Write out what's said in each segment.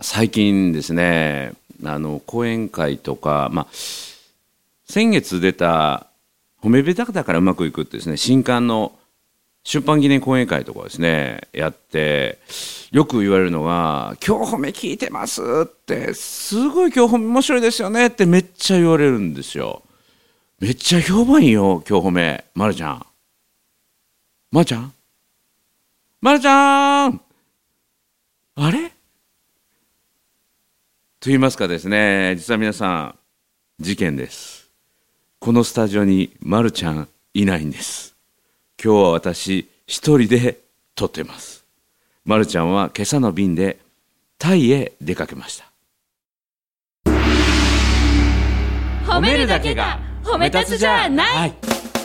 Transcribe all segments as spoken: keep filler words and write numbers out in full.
最近ですね、あの講演会とか、まあ、先月出た褒めべただからうまくいくってですね、新刊の出版記念講演会とかですねやって、よく言われるのが今日褒め聞いてますって、すごい今日褒め面白いですよねってめっちゃ言われるんですよ。めっちゃ評判いいよ今日褒め。まるちゃんまるちゃんまるちゃんあれと言いますかですね、実は皆さん事件です。このスタジオにまるちゃんいないんです。今日は私一人で撮っています。まるちゃんは今朝の便でタイへ出かけました。 褒めるだけが褒め立つじゃない、はい、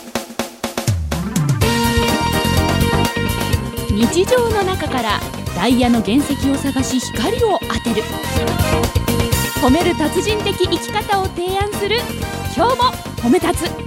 日常の中からダイヤの原石を探し光を当てる、褒める達人的生き方を提案する、今日も褒め立つ。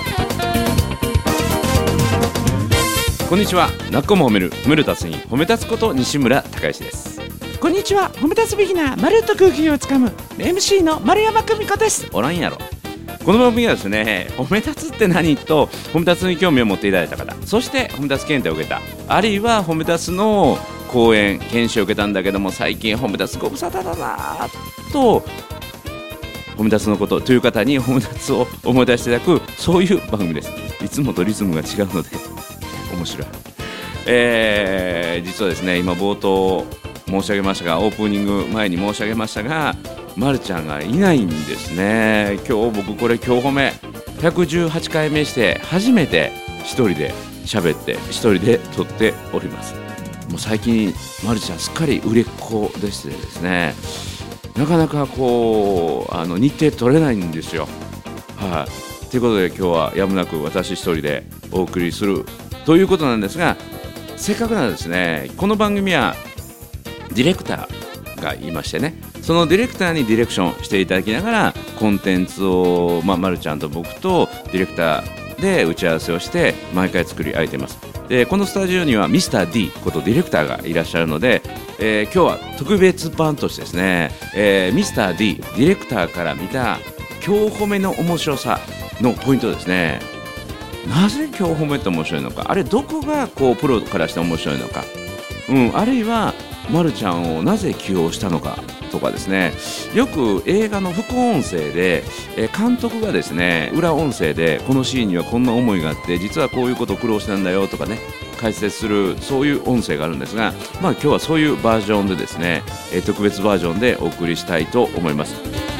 こんにちは。なっこも褒める褒める達人、褒め立つこと西村孝之です。 こんにちは。褒め立つビギナー、まるっと空気をつかむ エムシー の丸山久美子です。 おらんやろ。この番組はですね、褒め立つって何と褒め立つに興味を持っていただいた方、そして褒め立つ検定を受けた、あるいは褒め立つの講演研修を受けたんだけども最近褒め立つご無沙汰だなと、褒め立つのことという方に褒め立つを思い出していただく、そういう番組です。いつもとリズムが違うので面白い、えー、実はですね、今冒頭申し上げましたが、オープニング前に申し上げましたが、まるちゃんがいないんですね。今日僕これ今日褒めひゃくじゅうはちかいめして初めて一人で喋って一人で撮っております。もう最近まるちゃんすっかり売れっ子でしてですね、なかなかこうあの日程取れないんですよ。はい、ということで今日はやむなく私一人でお送りするということなんですが、せっかくならですね、この番組はディレクターがいましてね、そのディレクターにディレクションしていただきながらコンテンツを、まあ、まるちゃんと僕とディレクターで打ち合わせをして毎回作り上げています。でこのスタジオにはミスター D ことディレクターがいらっしゃるので、えー、今日は特別版としてですね、えー、ミスター D ディレクターから見た今日褒めの面白さのポイントですね。なぜ今日褒めって面白いのか、あれどこがこうプロからして面白いのか、うん、あるいはまるちゃんをなぜ起用したのかとかですね、よく映画の副音声で、えー、監督がですね裏音声でこのシーンにはこんな思いがあって実はこういうことを苦労したんだよとかね解説する、そういう音声があるんですが、まあ、今日はそういうバージョンでですね、えー、特別バージョンでお送りしたいと思います。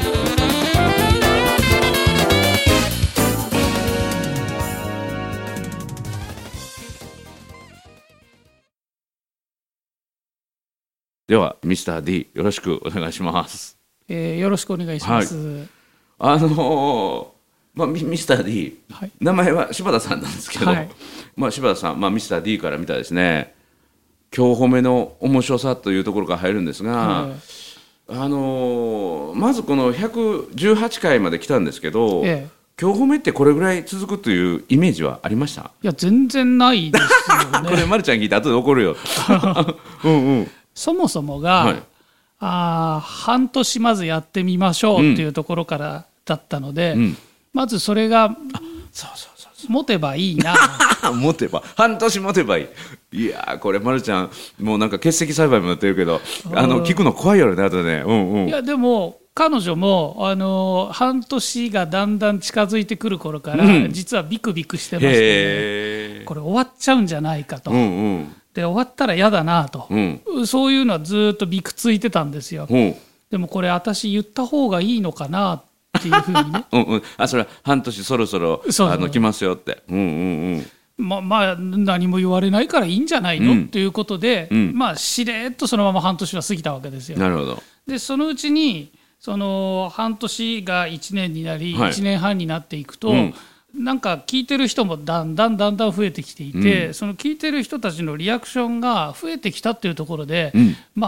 ではミスター D よろしくお願いします。 えー、よろしくお願いします。はい、 あのーまあ、ミスター D、はい、名前は柴田さんなんですけど、はい、まあ、柴田さん、まあ、ミスター D から見たですね、今日褒めの面白さというところから入るんですが、はい、あのー、まずこのひゃくじゅうはちかいまで来たんですけど、ええ、今日褒めってこれぐらい続くというイメージはありました？ いや全然ないですよね。 これまるちゃん聞いて後で怒るようんうん、そもそもが、はい、あ半年まずやってみましょうっていうところからだったので、うん、まずそれがそうそうそうそう持てばいいな持てば半年持てばいい。いやこれまるちゃんもうなんか欠席栽培もやってるけど、あの聞くの怖いよね後でね、うんうん、 いやでも彼女もあの半年がだんだん近づいてくる頃から、うん、実はビクビクしてましてね、これ終わっちゃうんじゃないかと、うんうん、で終わったら嫌だなと、うん、そういうのはずっとビクついてたんですよ、うん、でもこれ私言った方がいいのかなっていうふうにねうん、うん、あそれは半年そろそろそうそうあの来ますよって、うんうんうん、 ま, まあ何も言われないからいいんじゃないの、うん、ということで、うん、まあしれっとそのまま半年は過ぎたわけですよ。 なるほど。 でそのうちにその半年がいちねんになり、はい、いちねんはんになっていくと、うん、なんか聞いてる人もだんだんだんだん増えてきていて、うん、その聞いてる人たちのリアクションが増えてきたっていうところで、うん、ま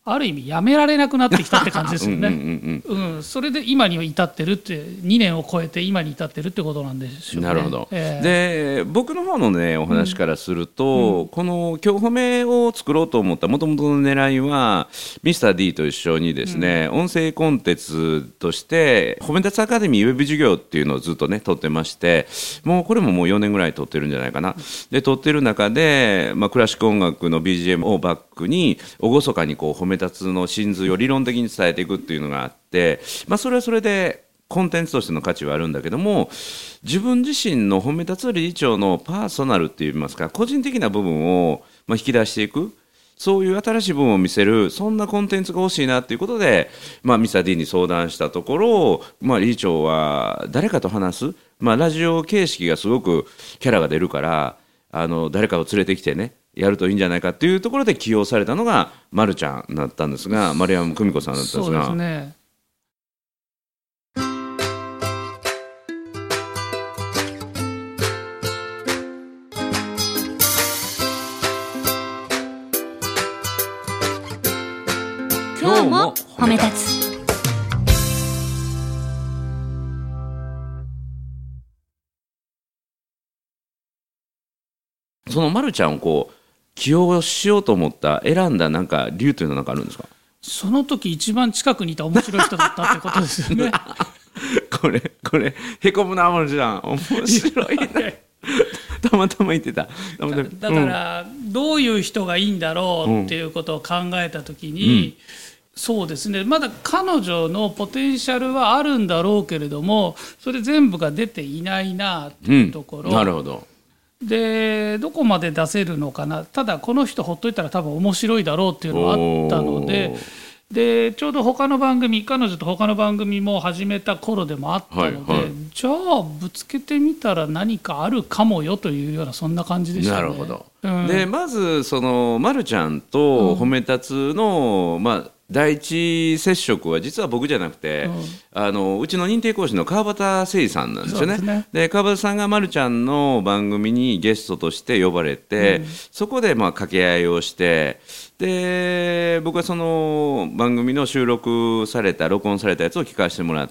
ある意味やめられなくなってきたって感じですよね。うん、うんうん、それで今に至ってるってにねんを超えて今に至ってるってことなんでしょうね。 なるほど、えー、で僕の方のねお話からすると、うんうん、この今日褒めを作ろうと思ったもともとの狙いはミスター D と一緒にですね、うん、音声コンテンツとして褒め立つアカデミーウェブ授業っていうのをずっとね取ってまして、もうこれももうよねんぐらい取ってるんじゃないかな。で取ってる中で、まあ、クラシック音楽の ビージーエム をバックに厳かにこう褒め立つの真髄を理論的に伝えていくっていうのがあって、まあ、それはそれでコンテンツとしての価値はあるんだけども、自分自身の褒め立つ理事長のパーソナルっていいますか個人的な部分をまあ引き出していく、そういう新しい部分を見せる、そんなコンテンツが欲しいなということで、まあ、ミスター D に相談したところ、まあ、理事長は誰かと話す、まあ、ラジオ形式がすごくキャラが出るからあの誰かを連れてきてねやるといいんじゃないかというところで起用されたのがまるちゃんだったんですが、丸山久美子さんだったんですが、 そうですね。 今日も褒め立つ。 そのまるちゃんをこう起用しようと思った選んだなんか理由というのは何かあるんですか？その時一番近くにいた面白い人だったってことですよね。 これこれへこむなまるちゃん、面白いね。たまたま言ってた。 だ, だから、うん、どういう人がいいんだろうっていうことを考えた時に、うん、そうですね、まだ彼女のポテンシャルはあるんだろうけれども、それ全部が出ていないなっていうところ、 うん、なるほど。 でどこまで出せるのかな、ただこの人ほっといたら多分面白いだろうっていうのがあったので、でちょうど他の番組、彼女と他の番組も始めた頃でもあったので、はいはい、じゃあぶつけてみたら何かあるかもよというようなそんな感じでしたね。 なるほど、うん、でまずそのまるちゃんと褒め立つの、うん、まあ第一接触は実は僕じゃなくて、うん、あのうちの認定講師の川端誠司さんなんですよね。そうですね。で川端さんがまるちゃんの番組にゲストとして呼ばれて、うん、そこでまあ掛け合いをして、で僕はその番組の収録された録音されたやつを聞かせてもらって、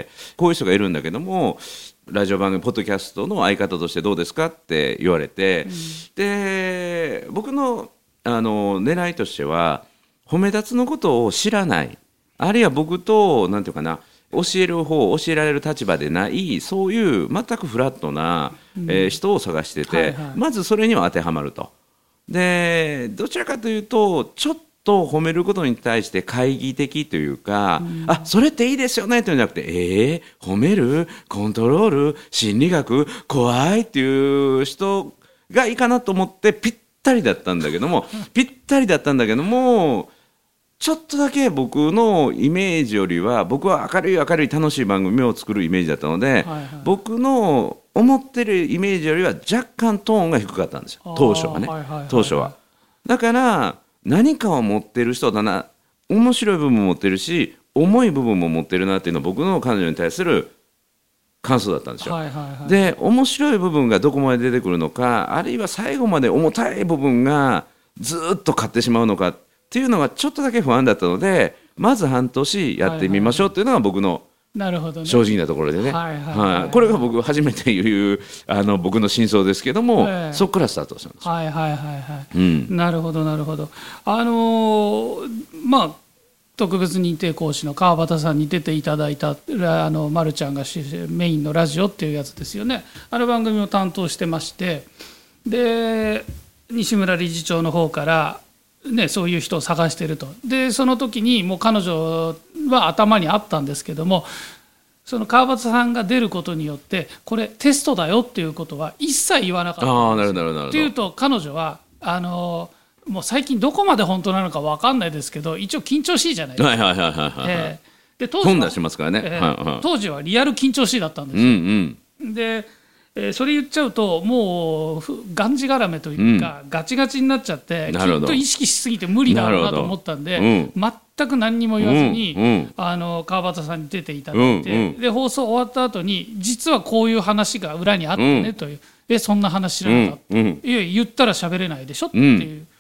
こういう人がいるんだけどもラジオ番組ポッドキャストの相方としてどうですかって言われて、うん、で僕の、あの狙いとしては褒め立つのことを知らない、あるいは僕となんていうかな教える方教えられる立場でないそういう全くフラットな、うんえー、人を探してて、はいはい、まずそれには当てはまると。でどちらかというとちょっと褒めることに対して懐疑的というか、うん、あそれっていいですよねというんじゃなくて、えー、褒めるコントロール心理学怖いっていう人がいいかなと思ってぴったりだったんだけどもぴったりだったんだけどもちょっとだけ僕のイメージよりは、僕は明るい明るい楽しい番組を作るイメージだったので、はいはい、僕の思ってるイメージよりは若干トーンが低かったんですよ、当初はね、はいはいはいはい、当初は。だから何かを持ってる人だな、面白い部分も持ってるし重い部分も持ってるなっていうのは僕の彼女に対する感想だったんですよ、はいはいはい、で面白い部分がどこまで出てくるのか、あるいは最後まで重たい部分がずっと勝ってしまうのかっていうのがちょっとだけ不安だったので、まず半年やってみましょうっていうのが僕の正直なところでね、これが僕初めて言うあの僕の真相ですけども、えー、そこからスタートしたんです。 はいはいはいはい、うん、なるほどなるほど。あのー、まあ特別認定講師の川端さんに出ていただいたあのまるちゃんがメインのラジオっていうやつですよね。あの番組を担当してまして、で西村理事長の方からね、そういう人を探していると。でその時にもう彼女は頭にあったんですけども、その川端さんが出ることによってこれテストだよっていうことは一切言わなかったんですよ。 あ、なるほどなるほど。 っていうと彼女はあのもう最近どこまで本当なのか分かんないですけど、一応緊張しいじゃないですか。 はいはいはいはいはい、えー、で当時は、飛んだしますからね、えーはいはい、 当時はリアル緊張しいだったんですよ、うんうん、でえー、それ言っちゃうともうがんじがらめというか、うん、ガチガチになっちゃってきっと意識しすぎて無理だろうなと思ったんで、うん、全く何にも言わずに、うんうん、あの川端さんに出ていただいて、うんうん、で放送終わった後に実はこういう話が裏にあってねという、うん、えそんな話知らなかった、うんうん、いや言ったら喋れないでしょっていう、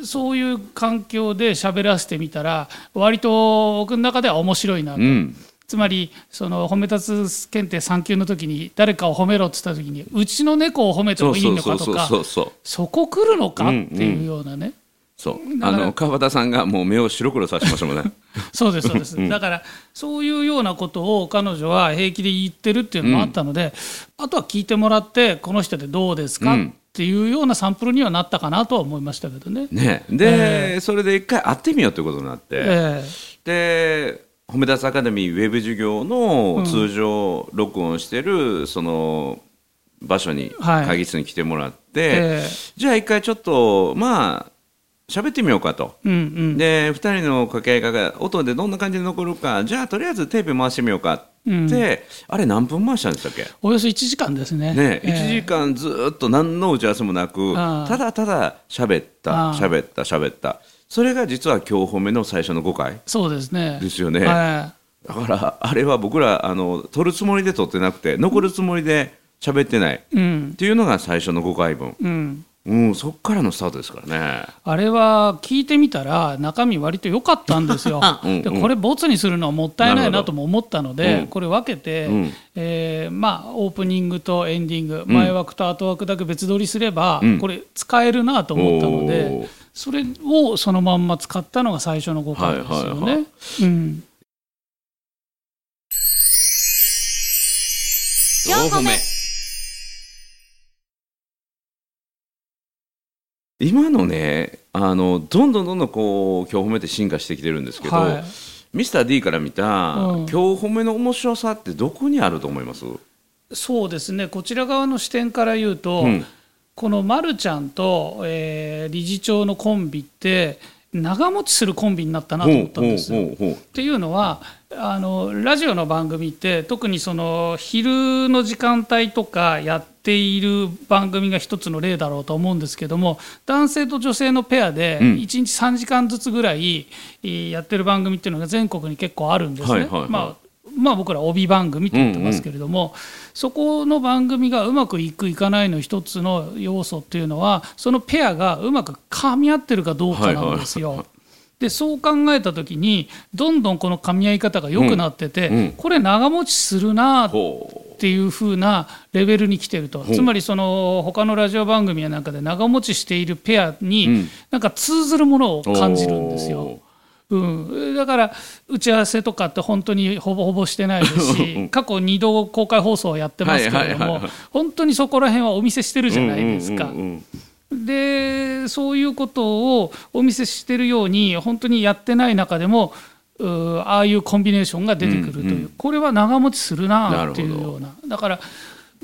そういう環境で喋らせてみたら割と僕の中では面白いなと、うん、つまりその褒め立つ検定さん級の時に誰かを褒めろって言った時にうちの猫を褒めてもいいのかとかそこ来るのかっていうようなね、うんうん、 そうあの川端さんがもう目を白黒させましたもんねそうですそうです、うん、だからそういうようなことを彼女は平気で言ってるっていうのもあったので、うん、あとは聞いてもらってこの人でどうですか、うんっていうようなサンプルにはなったかなとは思いましたけどね。 ねで、えー、それで一回会ってみようということになって、えー、で褒め立つアカデミーウェブ授業の通常録音してるその場所に会議室に来てもらって、はいえー、じゃあ一回ちょっとまあ喋ってみようかと、うんうん、でふたりの掛け合いが音でどんな感じで残るかじゃあとりあえずテープ回してみようかって、うん、あれ何分回したんでしたっけ？ およそいちじかんですね。 ね、えー、いちじかんずっと何の打ち合わせもなくただただ喋った喋った喋ったそれが実は今日褒めの最初のごかいそうですねですよね、えー、だからあれは僕らあの撮るつもりで撮ってなくて残るつもりで喋ってない、うん、っていうのが最初のごかいぶん、うんうん、そっからのスタートですからね。 あれは聞いてみたら中身割と良かったんですようん、でこれボツにするのはもったいないなとも思ったので、うん、これ分けて、うんえーまあ、オープニングとエンディング、うん、前枠と後枠だけ別撮りすれば、うん、これ使えるなと思ったのでそれをそのまんま使ったのが最初のごかいですよね、はいはいはいうん、 よんほめ今のねあのどんどんどんどんこう今日褒めって進化してきてるんですけど、はい、ミスター D から見た、うん、今日褒めの面白さってどこにあると思います？ そうですねこちら側の視点から言うと、うん、このまるちゃんと、えー、理事長のコンビって長持ちするコンビになったなと思ったんですよ。っていうのはあのラジオの番組って特にその昼の時間帯とかやっている番組が一つの例だろうと思うんですけども男性と女性のペアでいちにちさんじかんずつぐらいやってる番組っていうのが全国に結構あるんですね、はいはいはいまあまあ、僕ら帯番組って言ってますけれども、うんうん、そこの番組がうまくいくいかないの一つの要素っていうのはそのペアがうまく噛み合ってるかどうかなんですよ、はいはいはいでそう考えた時にどんどんこの噛み合い方が良くなってて、うんうん、これ長持ちするなっていう風なレベルに来てるとつまりその他のラジオ番組やなんかで長持ちしているペアになんか通ずるものを感じるんですよ、うん、だから打ち合わせとかって本当にほぼほぼしてないですし過去にど公開放送をやってますけれども本当にそこら辺はお見せしてるじゃないですか、うんうんうんうんでそういうことをお見せしているように本当にやってない中でもああいうコンビネーションが出てくるという、うんうん、これは長持ちするなっていうようなだからうん、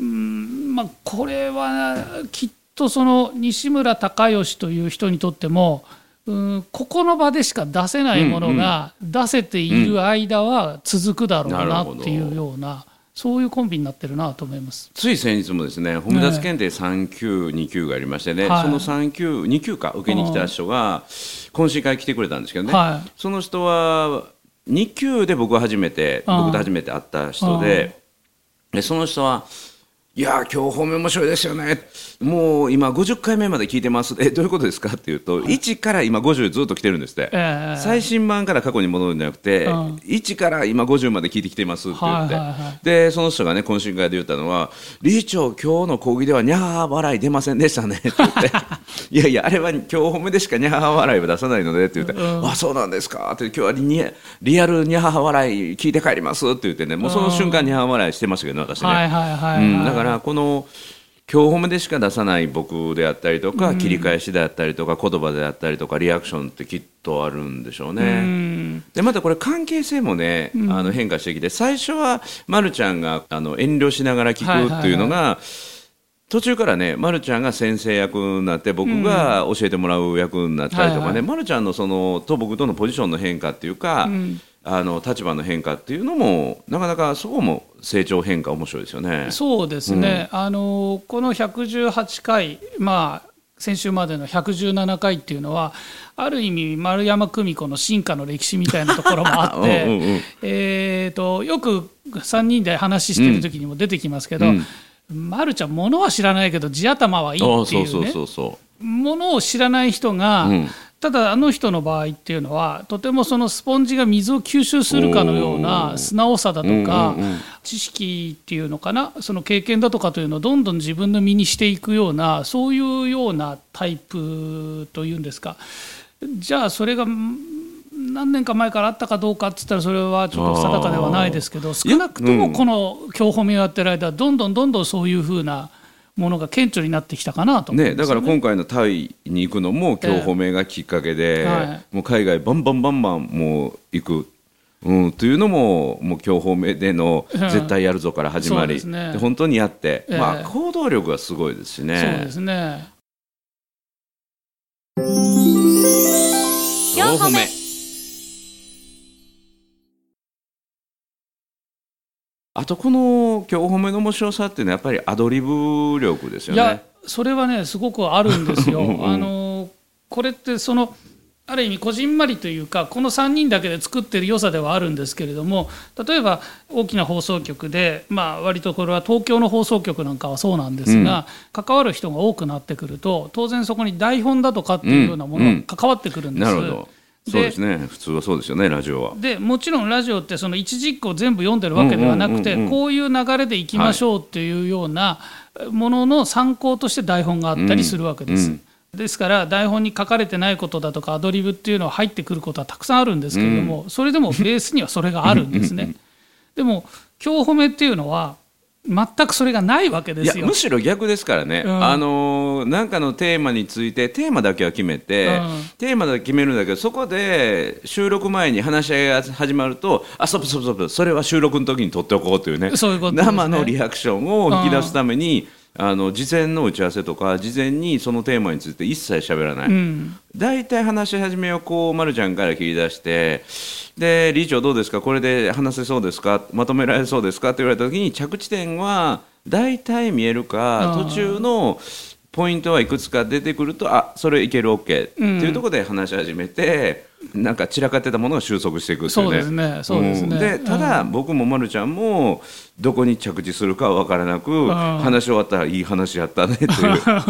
まあ、これはきっとその西村孝義という人にとってもうんここの場でしか出せないものが出せている間は続くだろうなっていうようなそういうコンビになってるなと思います。 つい先日もですね褒め立つ検定さん級に級がありましてね、はい、そのさん級に級か受けに来た人が懇親会来てくれたんですけどね、はい、その人はに級で僕は初めて僕と初めて会った人で、でその人はいや今日褒め面白いですよねもう今ごじゅっかいめまで聞いてますえどういうことですかっていうと、はい、いちから今ごじゅうずっと来てるんですって、えー、最新版から過去に戻るんじゃなくて、うん、いちから今ごじゅうまで聞いてきてますって言って、はいはいはい、でその人がね懇親会で言ったのは理事長今日の講義ではニャー笑い出ませんでしたねって言っていやいやあれは今日褒めでしかニャー笑いは出さないのでって言って、うん、あそうなんですかって今日は リ, リアルニャー笑い聞いて帰りますって言ってねもうその瞬間ニャー笑いしてましたけどね私ね、はいはいはいはいうん、だからこの今日褒めでしか出さない僕であったりとか、うん、切り返しであったりとか言葉であったりとかリアクションってきっとあるんでしょうね、うん、でまたこれ関係性もね、うん、あの変化してきて最初はまるちゃんがあの遠慮しながら聞くっていうのが、はいはいはい、途中からねまるちゃんが先生役になって僕が教えてもらう役になったりとかね、はいはい、まるちゃんのそのと僕とのポジションの変化っていうか、うんあの立場の変化っていうのもなかなかそこも成長変化面白いですよね。 そうですね、うん、あのこのひゃくじゅうはちかい、まあ、先週までのひゃくじゅうななかいっていうのはある意味丸山久美子の進化の歴史みたいなところもあってうんうん、うんえー、とよくさんにんで話してる時にも出てきますけど、うんうん、まるちゃん物は知らないけど地頭はいいっていうねものを知らない人が、うんただあの人の場合っていうのはとてもそのスポンジが水を吸収するかのような素直さだとか、うんうんうん、知識っていうのかな、その経験だとかというのをどんどん自分の身にしていくような、そういうようなタイプというんですか。じゃあそれが何年か前からあったかどうかって言ったらそれはちょっと定かではないですけど、少なくともこの教褒めをやってる間どんどんどんどんそういうふうなものが顕著になってきたかなと思うんですよね。 ね、だから今回のタイに行くのも教褒めがきっかけで、えーはい、もう海外バンバンバンバンもう行く、うん、というのももう教褒めでの絶対やるぞから始まり、うん、で、ね、で本当にやって、えーまあ、行動力がすごいですしね。 そうですね。 教褒め。 あとこの教褒めの面白さっていうのはやっぱりアドリブ力ですよね。 いやそれはねすごくあるんですよ。あのこれってそのある意味こじんまりというかこのさんにんだけで作ってる良さではあるんですけれども、例えば大きな放送局で、まあ、割とこれは東京の放送局なんかはそうなんですが、うん、関わる人が多くなってくると当然そこに台本だとかっていうようなものが関わってくるんです、 うんうん、なるほど。そうですね、普通はそうですよね、ラジオは。 でもちろんラジオってその一字一句を全部読んでるわけではなくて、こういう流れでいきましょうっていうようなものの参考として台本があったりするわけです、うんうん、ですから台本に書かれてないことだとかアドリブっていうのは入ってくることはたくさんあるんですけれども、うん、それでもベースにはそれがあるんですねでも教褒めっていうのは全くそれがないわけですよ。 いやむしろ逆ですからね、うん、あのなんかのテーマについてテーマだけは決めて、うん、テーマだけ決めるんだけどそこで収録前に話し合いが始まるとあストップストップストップそれは収録の時に撮っておこうというね、 そういうことですね。 生のリアクションを引き出すために、うん、あの事前の打ち合わせとか事前にそのテーマについて一切喋らない、うん、だいたい話し始めをこうまるちゃんから切り出してで理事長どうですかこれで話せそうですかまとめられそうですかって言われた時に着地点はだいたい見えるか途中のポイントはいくつか出てくるとあそれいける OK っていうところで話し始めて、うん、なんか散らかってたものが収束していくっていうね。 そうですね、そうですね、 うん、でただ、うん、僕もまるちゃんもどこに着地するか分からなく、うん、話し終わったらいい話やったねっていう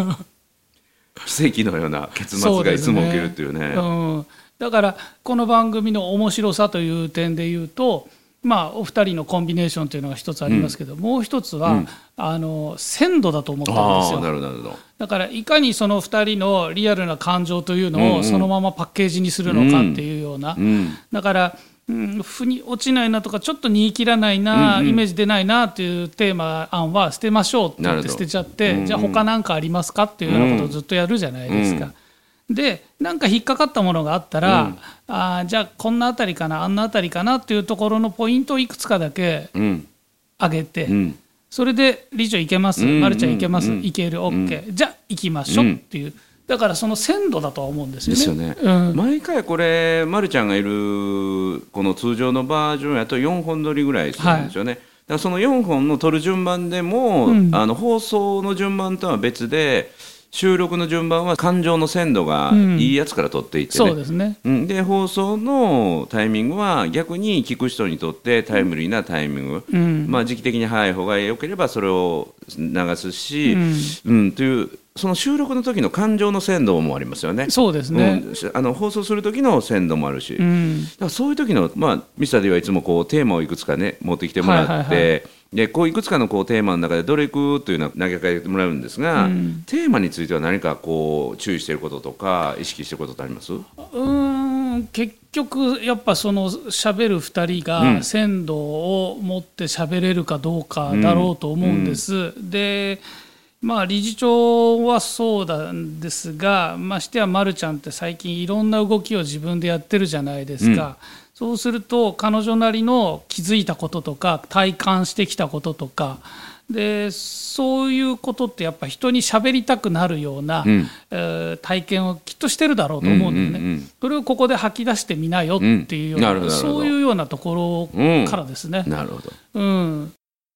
奇跡のような結末がいつも起きるっていうね。 だからこの番組の面白さという点で言うと、まあ、お二人のコンビネーションというのが一つありますけど、うん、もう一つは、うん、あの鮮度だと思ったんですよ。 なるほどなるほど。 だからいかにその二人のリアルな感情というのをそのままパッケージにするのかっていうような、うんうん、だからうん、腑に落ちないなとかちょっと煮切らないな、うんうん、イメージ出ないなっていうテーマ案は捨てましょうって言って捨てちゃって、うんうん、じゃあ他何かありますかっていうようなことをずっとやるじゃないですか、うん、でなんか引っかかったものがあったら、うん、あじゃあこんなあたりかなあんなあたりかなっていうところのポイントをいくつかだけ上げて、うん、それで理事長いけます、うん、まるちゃんいけます、うん、いける OK、うん、じゃあ行きましょうっていう、だからその鮮度だとは思うんですよね。 ですよね、うん、毎回これまるちゃんがいるこの通常のバージョンやとよんほん撮りぐらいするんですよね、はい、だからそのよんほんの撮る順番でも、うん、あの放送の順番とは別で収録の順番は感情の鮮度がいいやつから撮っていってね、うん、そうですね、うん、で放送のタイミングは逆に聞く人にとってタイムリーなタイミング、うんまあ、時期的に早い方が良ければそれを流すし、うんうん、というその収録の時の感情の鮮度もありますよね。 そうですね、 うん、あの放送する時の鮮度もあるし、うん、だからそういう時の、まあ、ミスター D はいつもこうテーマをいくつかね持ってきてもらって、はいはいはい、でこういくつかのこうテーマの中でどれいくというのを投げかけてもらうんですが、うん、テーマについては何かこう注意していることとか意識していることってあります？うーん結局やっぱその喋るふたりが鮮度を持って喋れるかどうかだろうと思うんです、うんうん、でまあ、理事長はそうなんですがましてやまるちゃんって最近いろんな動きを自分でやってるじゃないですか、うん、そうすると彼女なりの気づいたこととか体感してきたこととかでそういうことってやっぱ人に喋りたくなるような、うんえー、体験をきっとしてるだろうと思うんだよね、うんうんうん、それをここで吐き出してみなよっていうような、うん、そういうようなところからですね、 うん、なるほど、 うん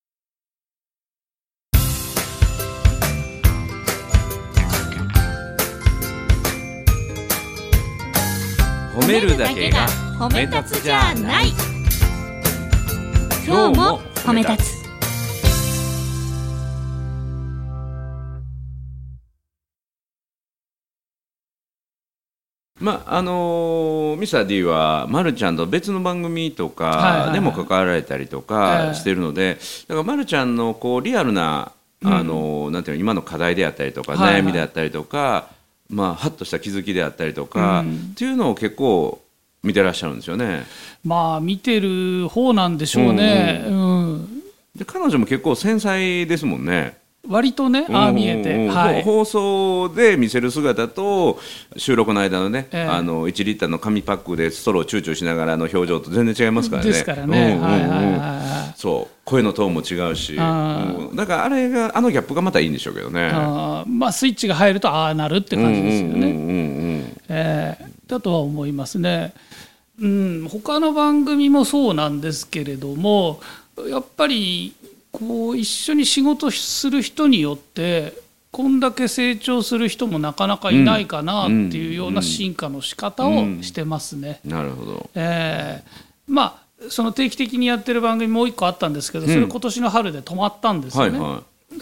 褒めるだけが褒め立つじゃない。今日も褒め立つ。 まああのー、ミスター D はまるちゃんと別の番組とかでも関わられたりとかしてるので、だからまるちゃんのこうリアルな、あのーうん、なんていうの今の課題であったりとか、はいはい、悩みであったりとか、まあ、ハッとした気づきであったりとか、うん、っていうのを結構見てらっしゃるんですよね。 まあ見てる方なんでしょうね、うんうんうん、 で彼女も結構繊細ですもんね。 割とね、ああ見えて、はい、 放送で見せる姿と収録の間のね、えー、あのいちリッターの紙パックでストローをチューチューしながらの表情と全然違いますからね。 ですからね、 そう声のトーンも違うし、うん、だからあれがあのギャップがまたいいんでしょうけどね。 あ、まあ、スイッチが入るとああなるって感じですよね。だとは思いますね。うん、他の番組もそうなんですけれども、やっぱりこう一緒に仕事する人によってこんだけ成長する人もなかなかいないかなっていうような進化の仕方をしてますね。 なるほど。 えー、まあその定期的にやってる番組もう一個あったんですけど、それ今年の春で止まったんですよね。はいはい、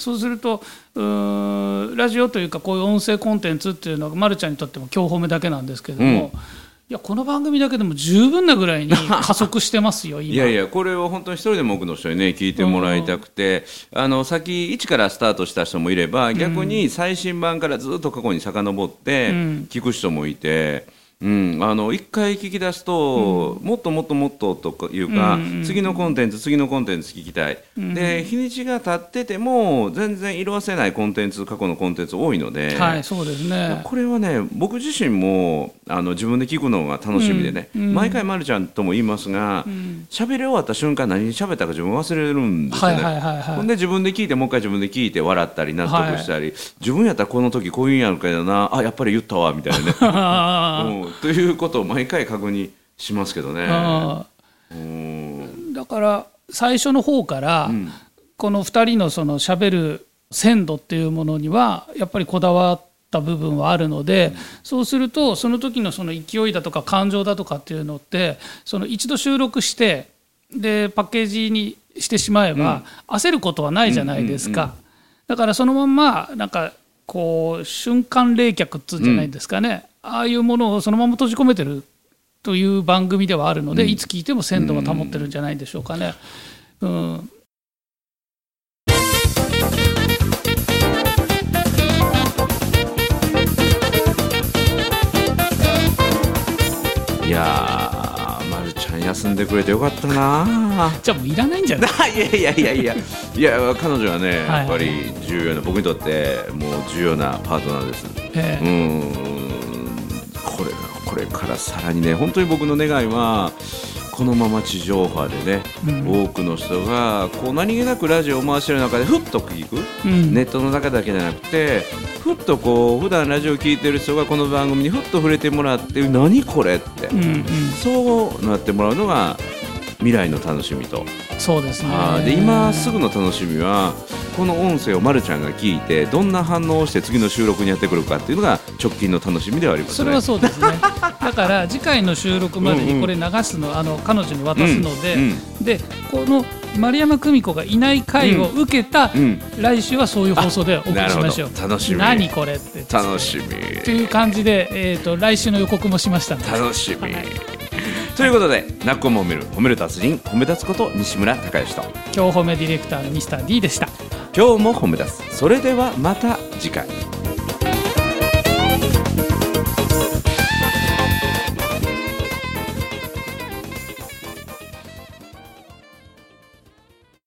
そうするとうーラジオというかこういう音声コンテンツっていうのはまるちゃんにとっても今日褒めだけなんですけども、うん、いやこの番組だけでも十分なぐらいに加速してますよ今。 いやいやこれを本当に一人でも多くの人にね聞いてもらいたくて、うん、あの先一からスタートした人もいれば逆に最新版からずっと過去に遡って聞く人もいて、うん、あの一回聞き出すと、うん、もっともっともっとというか、うんうん、次のコンテンツ次のコンテンツ聞きたい、うん、で日にちが経ってても全然色あせないコンテンツ過去のコンテンツ多いので、 はい、そうですね。 これはね僕自身もあの自分で聞くのが楽しみでね、うんうん、毎回まるちゃんとも言いますが喋、うん、り終わった瞬間何に喋ったか自分忘れるんですよね、はいはいはいはい、ほんで自分で聞いてもう一回自分で聞いて笑ったり納得したり、はい、自分やったらこの時こういうんやるけどなあやっぱり言ったわみたいなね、うん、ということを毎回確認しますけどね。あうんだから最初の方から、うん、このふたりのその喋る鮮度っていうものにはやっぱりこだわった部分はあるので、うん、そうするとその時のその勢いだとか感情だとかっていうのってその一度収録してでパッケージにしてしまえば、うん、焦ることはないじゃないですか、うんうんうん、だからそのまんまなんかこう瞬間冷却っつうんじゃないですかね、うん、ああいうものをそのまま閉じ込めてるという番組ではあるので、うん、いつ聞いても鮮度が保ってるんじゃないでしょうかね、うんうん、 いやー、まるちゃん休んでくれてよかったな。 じゃあもういらないんじゃないいやいやいやいやいや彼女はねやっぱり重要な、僕にとってもう重要なパートナーです、えー、うんこれこれからさらにね本当に僕の願いはこのまま地上波でね、うん、多くの人がこう何気なくラジオを回してる中でふっと聞く、うん、ネットの中だけじゃなくてふっとこう普段ラジオを聞いてる人がこの番組にふっと触れてもらって何これって、うんうん、そうなってもらうのが未来の楽しみと。 そうですね。 あで今すぐの楽しみはこの音声をまるちゃんが聞いてどんな反応をして次の収録にやってくるかっていうのが直近の楽しみではありますね。 それはそうですねだから次回の収録までにこれ流すの、うんうん、あの彼女に渡すので、うんうん、でこの丸山久美子がいない回を受けた、うんうん、来週はそういう放送でお送りしましょう。 楽しみ。 何これって楽しみという感じで、えー、と来週の予告もしましたので楽しみ、はい、ということでなっこも褒める褒める達人褒め立つこと西村孝之と今日褒めディレクターのミスター D でした。 今日も褒め立つ。それではまた次回。